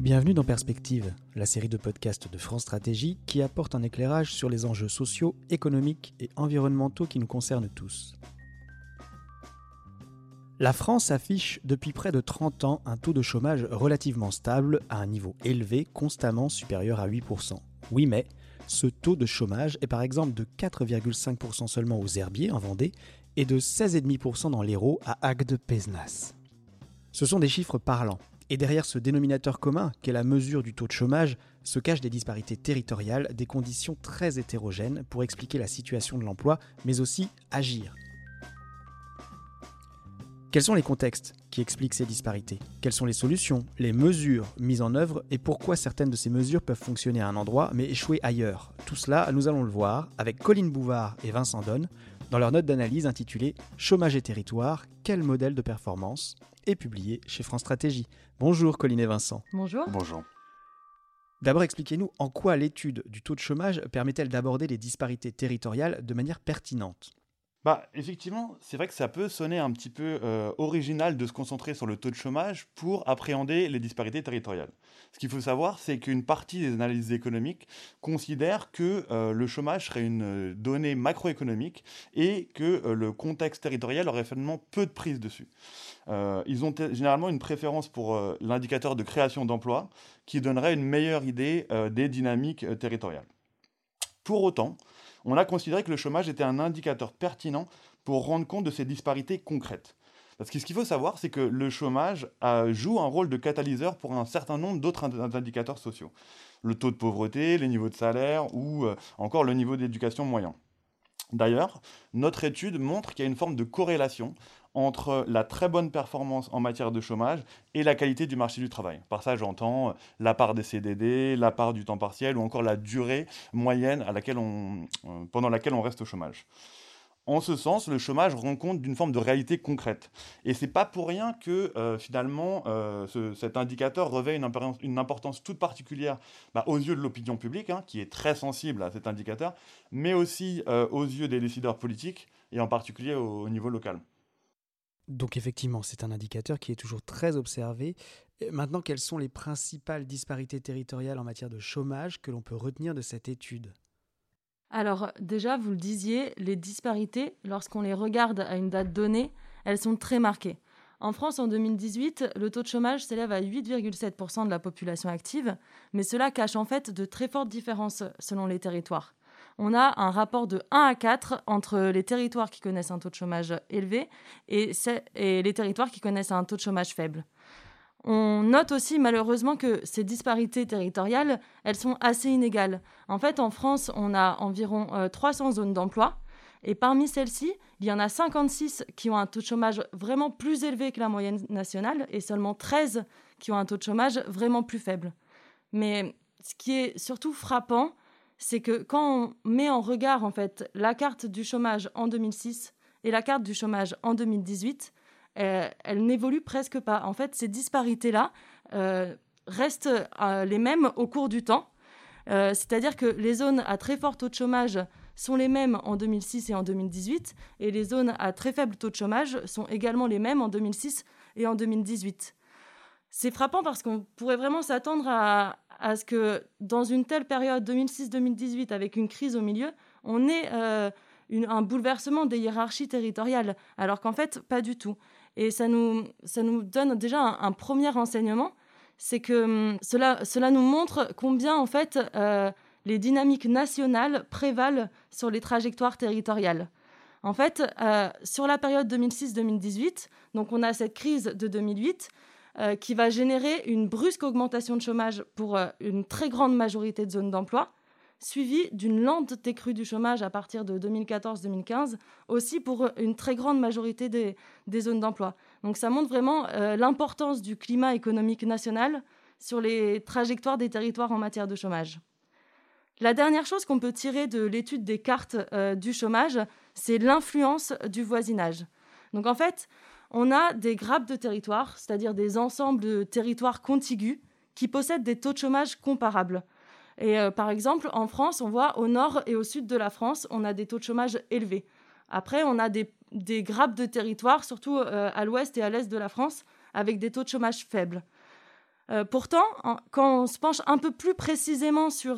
Bienvenue dans Perspective, la série de podcasts de France Stratégie qui apporte un éclairage sur les enjeux sociaux, économiques et environnementaux qui nous concernent tous. La France affiche depuis près de 30 ans un taux de chômage relativement stable à un niveau élevé, constamment supérieur à 8%. Oui, mais ce taux de chômage est par exemple de 4,5% seulement aux Herbiers en Vendée et de 16,5% dans l'Hérault à Agde-Pézenas. Ce sont des chiffres parlants. Et derrière ce dénominateur commun, qu'est la mesure du taux de chômage, se cachent des disparités territoriales, des conditions très hétérogènes pour expliquer la situation de l'emploi, mais aussi agir. Quels sont les contextes qui expliquent ces disparités ? Quelles sont les solutions, les mesures mises en œuvre et pourquoi certaines de ces mesures peuvent fonctionner à un endroit mais échouer ailleurs ? Tout cela, nous allons le voir avec Colline Bouvard et Vincent Donne dans leur note d'analyse intitulée « Chômage et territoire, quel modèle de performance ?» et publiée chez France Stratégie. Bonjour Colline et Vincent. Bonjour. Bonjour. D'abord, expliquez-nous en quoi l'étude du taux de chômage permet-elle d'aborder les disparités territoriales de manière pertinente ? Effectivement, c'est vrai que ça peut sonner un petit peu original de se concentrer sur le taux de chômage pour appréhender les disparités territoriales. Ce qu'il faut savoir, c'est qu'une partie des analyses économiques considère que le chômage serait une donnée macroéconomique et que le contexte territorial aurait finalement peu de prise dessus. Ils ont généralement une préférence pour l'indicateur de création d'emplois qui donnerait une meilleure idée des dynamiques territoriales. Pour autant, on a considéré que le chômage était un indicateur pertinent pour rendre compte de ces disparités concrètes. Parce que ce qu'il faut savoir, c'est que le chômage joue un rôle de catalyseur pour un certain nombre d'autres indicateurs sociaux. Le taux de pauvreté, les niveaux de salaire ou encore le niveau d'éducation moyen. D'ailleurs, notre étude montre qu'il y a une forme de corrélation entre la très bonne performance en matière de chômage et la qualité du marché du travail. Par ça, j'entends la part des CDD, la part du temps partiel ou encore la durée moyenne pendant laquelle on reste au chômage. En ce sens, le chômage rend compte d'une forme de réalité concrète. Et c'est pas pour rien que finalement cet indicateur revêt une importance toute particulière aux yeux de l'opinion publique, qui est très sensible à cet indicateur, mais aussi aux yeux des décideurs politiques et en particulier au niveau local. Donc effectivement, c'est un indicateur qui est toujours très observé. Maintenant, quelles sont les principales disparités territoriales en matière de chômage que l'on peut retenir de cette étude ? Alors déjà, vous le disiez, les disparités, lorsqu'on les regarde à une date donnée, elles sont très marquées. En France, en 2018, le taux de chômage s'élève à 8,7% de la population active, mais cela cache en fait de très fortes différences selon les territoires. On a un rapport de 1 à 4 entre les territoires qui connaissent un taux de chômage élevé et les territoires qui connaissent un taux de chômage faible. On note aussi malheureusement que ces disparités territoriales, elles sont assez inégales. En fait, en France, on a environ 300 zones d'emploi et parmi celles-ci, il y en a 56 qui ont un taux de chômage vraiment plus élevé que la moyenne nationale et seulement 13 qui ont un taux de chômage vraiment plus faible. Mais ce qui est surtout frappant, c'est que quand on met en regard en fait, la carte du chômage en 2006 et la carte du chômage en 2018, elle n'évolue presque pas. En fait, ces disparités-là restent les mêmes au cours du temps. C'est-à-dire que les zones à très fort taux de chômage sont les mêmes en 2006 et en 2018, et les zones à très faible taux de chômage sont également les mêmes en 2006 et en 2018. C'est frappant parce qu'on pourrait vraiment s'attendre à ce que dans une telle période 2006-2018, avec une crise au milieu, on ait un bouleversement des hiérarchies territoriales, alors qu'en fait, pas du tout. Et ça nous donne déjà un premier renseignement, c'est que cela nous montre combien en fait, les dynamiques nationales prévalent sur les trajectoires territoriales. En fait, sur la période 2006-2018, donc on a cette crise de 2008, qui va générer une brusque augmentation de chômage pour une très grande majorité de zones d'emploi, suivie d'une lente décrue du chômage à partir de 2014-2015, aussi pour une très grande majorité des zones d'emploi. Donc ça montre vraiment l'importance du climat économique national sur les trajectoires des territoires en matière de chômage. La dernière chose qu'on peut tirer de l'étude des cartes du chômage, c'est l'influence du voisinage. Donc en fait, on a des grappes de territoires, c'est-à-dire des ensembles de territoires contigus qui possèdent des taux de chômage comparables. Et par exemple, en France, on voit au nord et au sud de la France, on a des taux de chômage élevés. Après, on a des grappes de territoires, surtout à l'ouest et à l'est de la France, avec des taux de chômage faibles. Pourtant, quand on se penche un peu plus précisément sur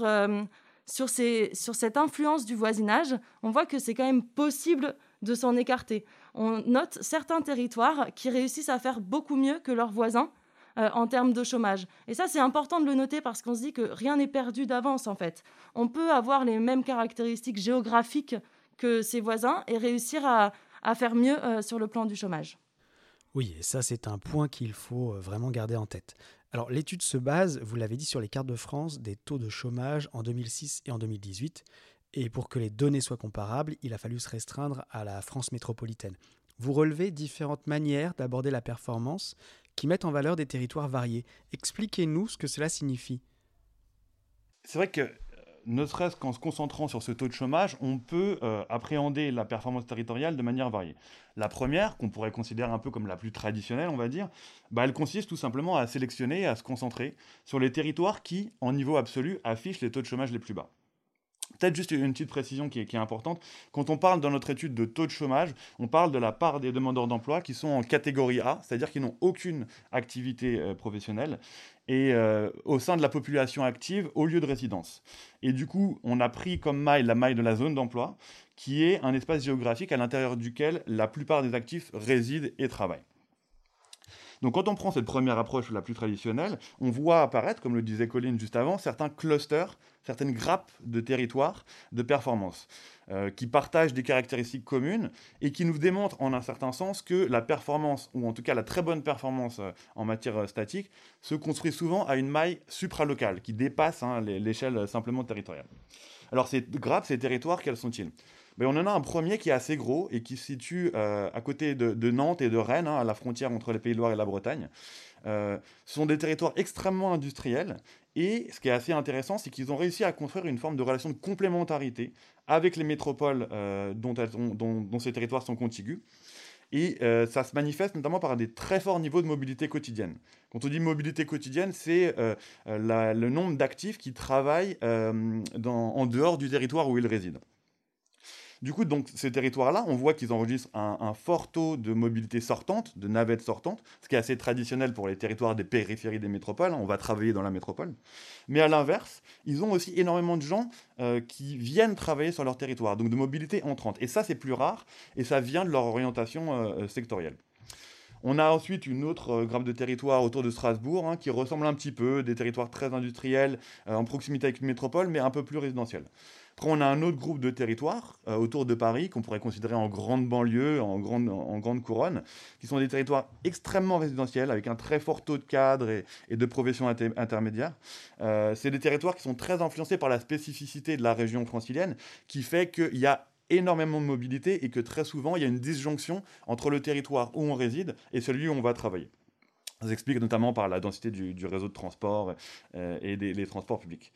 cette influence du voisinage, on voit que c'est quand même possible de s'en écarter. On note certains territoires qui réussissent à faire beaucoup mieux que leurs voisins en termes de chômage. Et ça, c'est important de le noter parce qu'on se dit que rien n'est perdu d'avance, en fait. On peut avoir les mêmes caractéristiques géographiques que ses voisins et réussir à faire mieux sur le plan du chômage. Oui, et ça c'est un point qu'il faut vraiment garder en tête. Alors l'étude se base, vous l'avez dit, sur les cartes de France des taux de chômage en 2006 et en 2018. Et pour que les données soient comparables, il a fallu se restreindre à la France métropolitaine. Vous relevez différentes manières d'aborder la performance qui mettent en valeur des territoires variés. Expliquez-nous ce que cela signifie. C'est vrai que, ne serait-ce qu'en se concentrant sur ce taux de chômage, on peut appréhender la performance territoriale de manière variée. La première, qu'on pourrait considérer un peu comme la plus traditionnelle, on va dire, elle consiste tout simplement à sélectionner et à se concentrer sur les territoires qui, en niveau absolu, affichent les taux de chômage les plus bas. Peut-être juste une petite précision qui est importante. Quand on parle dans notre étude de taux de chômage, on parle de la part des demandeurs d'emploi qui sont en catégorie A, c'est-à-dire qui n'ont aucune activité professionnelle, et au sein de la population active au lieu de résidence. Et du coup, on a pris comme maille la maille de la zone d'emploi, qui est un espace géographique à l'intérieur duquel la plupart des actifs résident et travaillent. Donc quand on prend cette première approche la plus traditionnelle, on voit apparaître, comme le disait Colline juste avant, certains clusters, certaines grappes de territoires de performance qui partagent des caractéristiques communes et qui nous démontrent en un certain sens que la performance, ou en tout cas la très bonne performance en matière statique, se construit souvent à une maille supralocale qui dépasse l'échelle simplement territoriale. Alors ces grappes, ces territoires, quels sont-ils ? On en a un premier qui est assez gros et qui se situe à côté de Nantes et de Rennes, à la frontière entre les Pays de Loire et la Bretagne. Ce sont des territoires extrêmement industriels et ce qui est assez intéressant, c'est qu'ils ont réussi à construire une forme de relation de complémentarité avec les métropoles dont ces territoires sont contigus. Et ça se manifeste notamment par des très forts niveaux de mobilité quotidienne. Quand on dit mobilité quotidienne, c'est le nombre d'actifs qui travaillent en dehors du territoire où ils résident. Du coup, donc, ces territoires-là, on voit qu'ils enregistrent un fort taux de mobilité sortante, de navettes sortantes, ce qui est assez traditionnel pour les territoires des périphéries des métropoles. On va travailler dans la métropole. Mais à l'inverse, ils ont aussi énormément de gens qui viennent travailler sur leur territoire, donc de mobilité entrante. Et ça, c'est plus rare, et ça vient de leur orientation sectorielle. On a ensuite une autre grappe de territoire autour de Strasbourg, qui ressemble un petit peu, des territoires très industriels, en proximité avec une métropole, mais un peu plus résidentiels. Après, on a un autre groupe de territoires autour de Paris, qu'on pourrait considérer en grande banlieue, en grande couronne, qui sont des territoires extrêmement résidentiels, avec un très fort taux de cadres et de professions intermédiaires. C'est des territoires qui sont très influencés par la spécificité de la région francilienne, qui fait qu'il y a énormément de mobilité et que très souvent, il y a une disjonction entre le territoire où on réside et celui où on va travailler. Ça s'explique notamment par la densité du réseau de transport et des transports publics.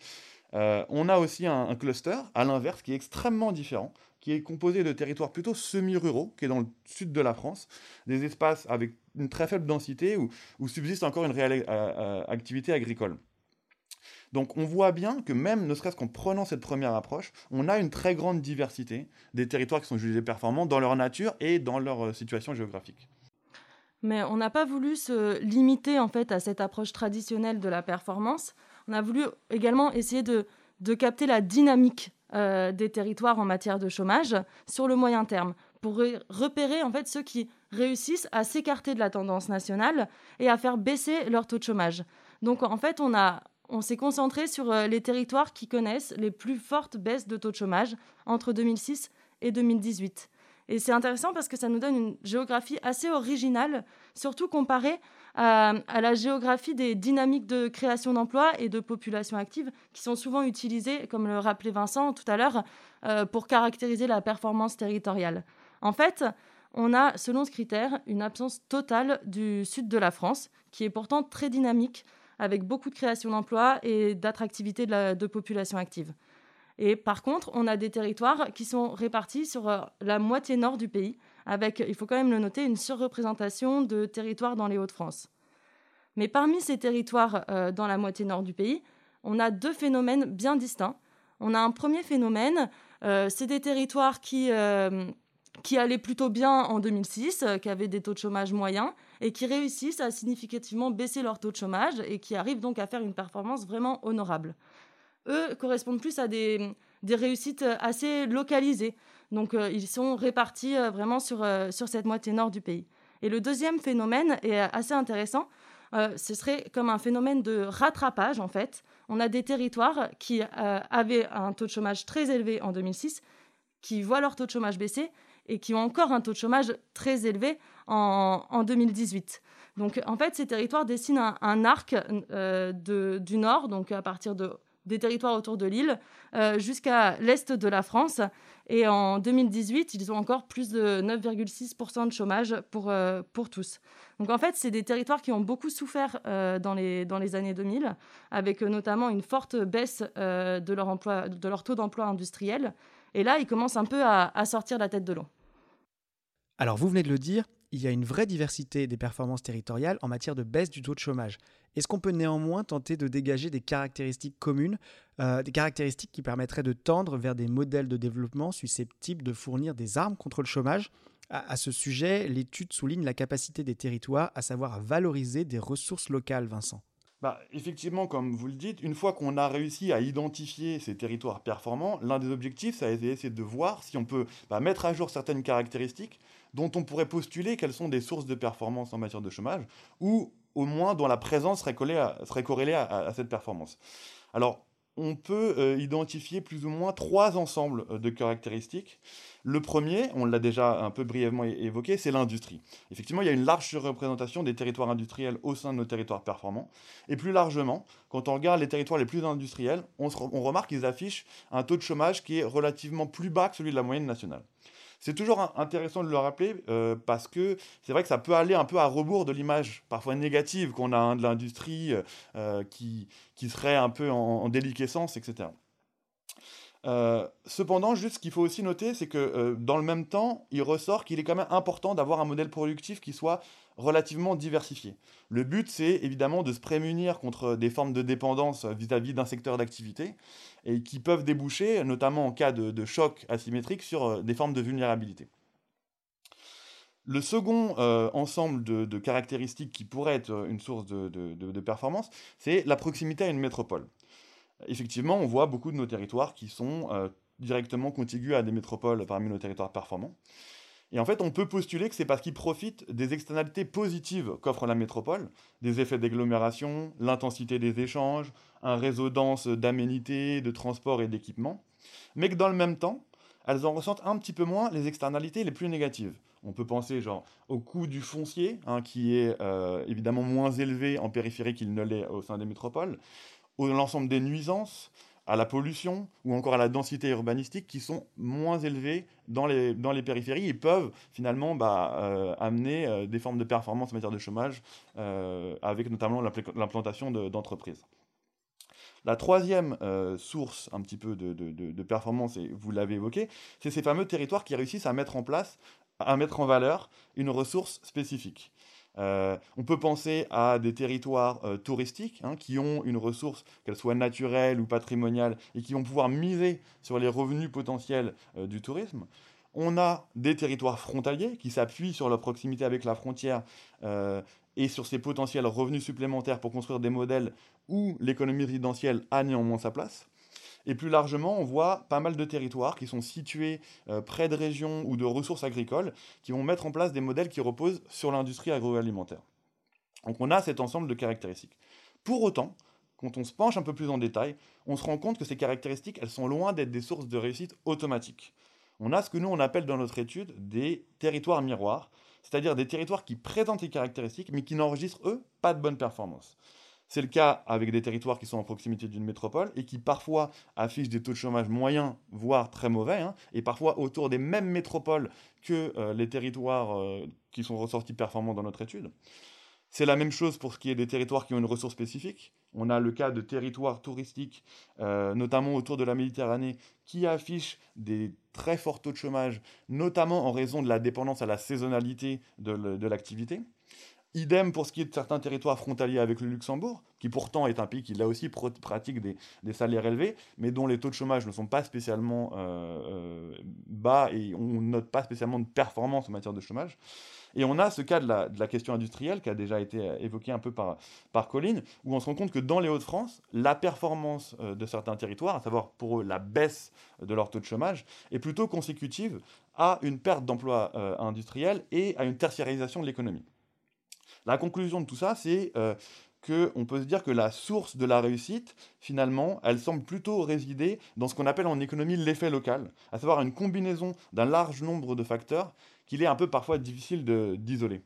On a aussi un cluster, à l'inverse, qui est extrêmement différent, qui est composé de territoires plutôt semi-ruraux, qui est dans le sud de la France, des espaces avec une très faible densité où subsiste encore une réelle activité agricole. Donc on voit bien que même, ne serait-ce qu'en prenant cette première approche, on a une très grande diversité des territoires qui sont jugés performants dans leur nature et dans leur situation géographique. Mais on n'a pas voulu se limiter en fait à cette approche traditionnelle de la performance. On a voulu également essayer de capter la dynamique des territoires en matière de chômage sur le moyen terme, pour repérer en fait ceux qui réussissent à s'écarter de la tendance nationale et à faire baisser leur taux de chômage. Donc en fait, on s'est concentré sur les territoires qui connaissent les plus fortes baisses de taux de chômage entre 2006 et 2018. Et c'est intéressant parce que ça nous donne une géographie assez originale, surtout comparée à la géographie des dynamiques de création d'emplois et de population active qui sont souvent utilisées, comme le rappelait Vincent tout à l'heure, pour caractériser la performance territoriale. En fait, on a, selon ce critère, une absence totale du sud de la France, qui est pourtant très dynamique, avec beaucoup de création d'emplois et d'attractivité de population active. Et par contre, on a des territoires qui sont répartis sur la moitié nord du pays, avec, il faut quand même le noter, une surreprésentation de territoires dans les Hauts-de-France. Mais parmi ces territoires dans la moitié nord du pays, on a deux phénomènes bien distincts. On a un premier phénomène, c'est des territoires qui allaient plutôt bien en 2006, qui avaient des taux de chômage moyens, et qui réussissent à significativement baisser leur taux de chômage et qui arrivent donc à faire une performance vraiment honorable. Eux correspondent plus à des réussites assez localisées. Donc, ils sont répartis vraiment sur cette moitié nord du pays. Et le deuxième phénomène est assez intéressant. Ce serait comme un phénomène de rattrapage, en fait. On a des territoires qui avaient un taux de chômage très élevé en 2006, qui voient leur taux de chômage baisser et qui ont encore un taux de chômage très élevé en 2018. Donc, en fait, ces territoires dessinent un arc du nord, donc à partir des territoires autour de l'île, jusqu'à l'est de la France. Et en 2018, ils ont encore plus de 9,6% de chômage pour tous. Donc en fait, c'est des territoires qui ont beaucoup souffert dans les années 2000, avec notamment une forte baisse de leur taux d'emploi industriel. Et là, ils commencent un peu à sortir la tête de l'eau. Alors vous venez de le dire, il y a une vraie diversité des performances territoriales en matière de baisse du taux de chômage. Est-ce qu'on peut néanmoins tenter de dégager des caractéristiques communes, des caractéristiques qui permettraient de tendre vers des modèles de développement susceptibles de fournir des armes contre le chômage ? À ce sujet, l'étude souligne la capacité des territoires à savoir valoriser des ressources locales, Vincent. Effectivement, comme vous le dites, une fois qu'on a réussi à identifier ces territoires performants, l'un des objectifs, ça a été essayer de voir si on peut mettre à jour certaines caractéristiques dont on pourrait postuler qu'elles sont des sources de performance en matière de chômage, ou au moins dont la présence serait corrélée à cette performance. Alors, on peut identifier plus ou moins 3 ensembles de caractéristiques. Le premier, on l'a déjà un peu brièvement évoqué, c'est l'industrie. Effectivement, il y a une large surreprésentation des territoires industriels au sein de nos territoires performants. Et plus largement, quand on regarde les territoires les plus industriels, on remarque qu'ils affichent un taux de chômage qui est relativement plus bas que celui de la moyenne nationale. C'est toujours intéressant de le rappeler parce que c'est vrai que ça peut aller un peu à rebours de l'image parfois négative qu'on a de l'industrie qui serait un peu en déliquescence, etc. Cependant, juste ce qu'il faut aussi noter, c'est que dans le même temps, il ressort qu'il est quand même important d'avoir un modèle productif qui soit relativement diversifié. Le but, c'est évidemment de se prémunir contre des formes de dépendance vis-à-vis d'un secteur d'activité et qui peuvent déboucher, notamment en cas de choc asymétrique, sur des formes de vulnérabilité. Le second ensemble de caractéristiques qui pourrait être une source de performance, c'est la proximité à une métropole. Effectivement, on voit beaucoup de nos territoires qui sont directement contigus à des métropoles parmi nos territoires performants. Et en fait, on peut postuler que c'est parce qu'ils profitent des externalités positives qu'offre la métropole, des effets d'agglomération, l'intensité des échanges, un réseau dense d'aménités, de transports et d'équipements, mais que dans le même temps, elles en ressentent un petit peu moins les externalités les plus négatives. On peut penser au coût du foncier, qui est évidemment moins élevé en périphérie qu'il ne l'est au sein des métropoles, l'ensemble des nuisances, à la pollution ou encore à la densité urbanistique qui sont moins élevées dans les périphéries et peuvent finalement amener des formes de performance en matière de chômage avec notamment l'implantation d'entreprises. La troisième source un petit peu de performance, et vous l'avez évoqué, c'est ces fameux territoires qui réussissent à mettre en valeur une ressource spécifique. On peut penser à des territoires touristiques qui ont une ressource, qu'elle soit naturelle ou patrimoniale, et qui vont pouvoir miser sur les revenus potentiels du tourisme. On a des territoires frontaliers qui s'appuient sur leur proximité avec la frontière et sur ces potentiels revenus supplémentaires pour construire des modèles où l'économie résidentielle a néanmoins sa place. Et plus largement, on voit pas mal de territoires qui sont situés près de régions ou de ressources agricoles qui vont mettre en place des modèles qui reposent sur l'industrie agroalimentaire. Donc on a cet ensemble de caractéristiques. Pour autant, quand on se penche un peu plus en détail, on se rend compte que ces caractéristiques, elles sont loin d'être des sources de réussite automatiques. On a ce que nous, on appelle dans notre étude des territoires miroirs, c'est-à-dire des territoires qui présentent les caractéristiques, mais qui n'enregistrent, eux, pas de bonne performance. C'est le cas avec des territoires qui sont en proximité d'une métropole et qui parfois affichent des taux de chômage moyens, voire très mauvais, et parfois autour des mêmes métropoles que les territoires qui sont ressortis performants dans notre étude. C'est la même chose pour ce qui est des territoires qui ont une ressource spécifique. On a le cas de territoires touristiques, notamment autour de la Méditerranée, qui affichent des très forts taux de chômage, notamment en raison de la dépendance à la saisonnalité de l'activité. Idem pour ce qui est de certains territoires frontaliers avec le Luxembourg, qui pourtant est un pays qui là aussi pratique des salaires élevés, mais dont les taux de chômage ne sont pas spécialement bas et on ne note pas spécialement de performance en matière de chômage. Et on a ce cas de la question industrielle qui a déjà été évoqué un peu par Colline, où on se rend compte que dans les Hauts-de-France, la performance de certains territoires, à savoir pour eux la baisse de leur taux de chômage, est plutôt consécutive à une perte d'emplois industriels et à une tertiarisation de l'économie. La conclusion de tout ça, c'est qu'on peut se dire que la source de la réussite, finalement, elle semble plutôt résider dans ce qu'on appelle en économie l'effet local, à savoir une combinaison d'un large nombre de facteurs qu'il est un peu parfois difficile d'isoler.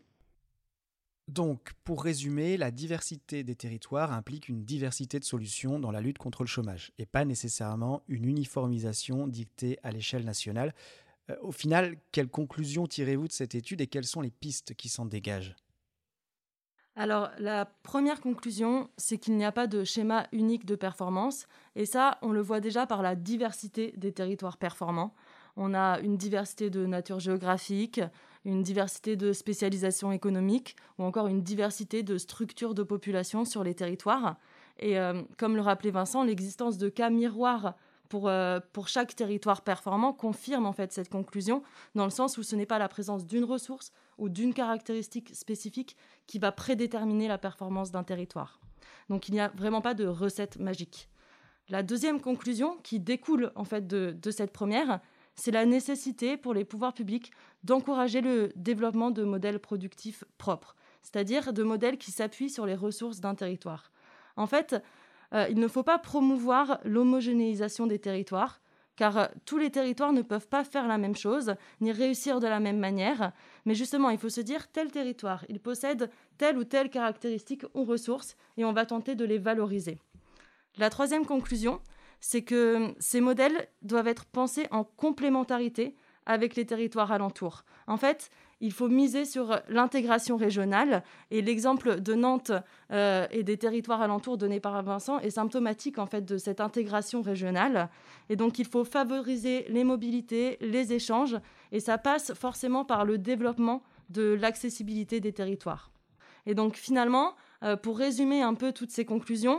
Donc, pour résumer, la diversité des territoires implique une diversité de solutions dans la lutte contre le chômage, et pas nécessairement une uniformisation dictée à l'échelle nationale. Au final, quelles conclusions tirez-vous de cette étude et quelles sont les pistes qui s'en dégagent ? Alors, la première conclusion, c'est qu'il n'y a pas de schéma unique de performance. Et ça, on le voit déjà par la diversité des territoires performants. On a une diversité de nature géographique, une diversité de spécialisation économique ou encore une diversité de structures de population sur les territoires. Et comme le rappelait Vincent, l'existence de cas miroirs pour chaque territoire performant confirme en fait cette conclusion, dans le sens où ce n'est pas la présence d'une ressource ou d'une caractéristique spécifique qui va prédéterminer la performance d'un territoire. Donc il n'y a vraiment pas de recette magique. La deuxième conclusion qui découle en fait de cette première, c'est la nécessité pour les pouvoirs publics d'encourager le développement de modèles productifs propres, c'est-à-dire de modèles qui s'appuient sur les ressources d'un territoire. En fait, il ne faut pas promouvoir l'homogénéisation des territoires, car tous les territoires ne peuvent pas faire la même chose, ni réussir de la même manière. Mais justement, il faut se dire, tel territoire, il possède telle ou telle caractéristique ou ressource, et on va tenter de les valoriser. La troisième conclusion, c'est que ces modèles doivent être pensés en complémentarité avec les territoires alentours. En fait, il faut miser sur l'intégration régionale, et l'exemple de Nantes et des territoires alentours donné par Vincent est symptomatique en fait de cette intégration régionale. Et donc il faut favoriser les mobilités, les échanges, et ça passe forcément par le développement de l'accessibilité des territoires. Et donc finalement, pour résumer un peu toutes ces conclusions,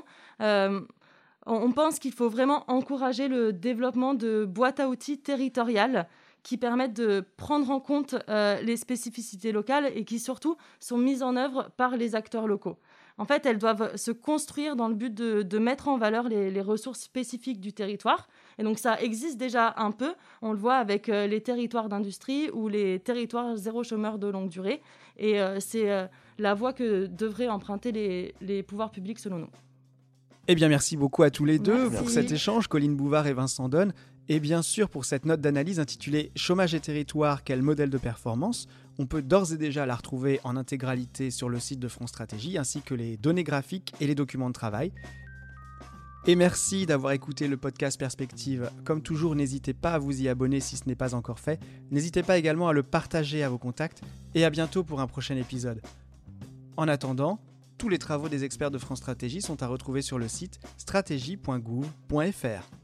on pense qu'il faut vraiment encourager le développement de boîtes à outils territoriales qui permettent de prendre en compte les spécificités locales et qui surtout sont mises en œuvre par les acteurs locaux. En fait, elles doivent se construire dans le but de mettre en valeur les ressources spécifiques du territoire. Et donc ça existe déjà un peu, on le voit avec les territoires d'industrie ou les territoires zéro chômeur de longue durée. Et c'est la voie que devraient emprunter les pouvoirs publics selon nous. Eh bien, merci beaucoup à tous les deux Merci. pour cet échange, Colline Bouvard et Vincent Donne, et bien sûr pour cette note d'analyse intitulée « Chômage et territoire, quel modèle de performance ?» On peut d'ores et déjà la retrouver en intégralité sur le site de France Stratégie, ainsi que les données graphiques et les documents de travail. Et merci d'avoir écouté le podcast Perspective. Comme toujours, n'hésitez pas à vous y abonner si ce n'est pas encore fait. N'hésitez pas également à le partager à vos contacts, et à bientôt pour un prochain épisode. En attendant, tous les travaux des experts de France Stratégie sont à retrouver sur le site stratégie.gouv.fr.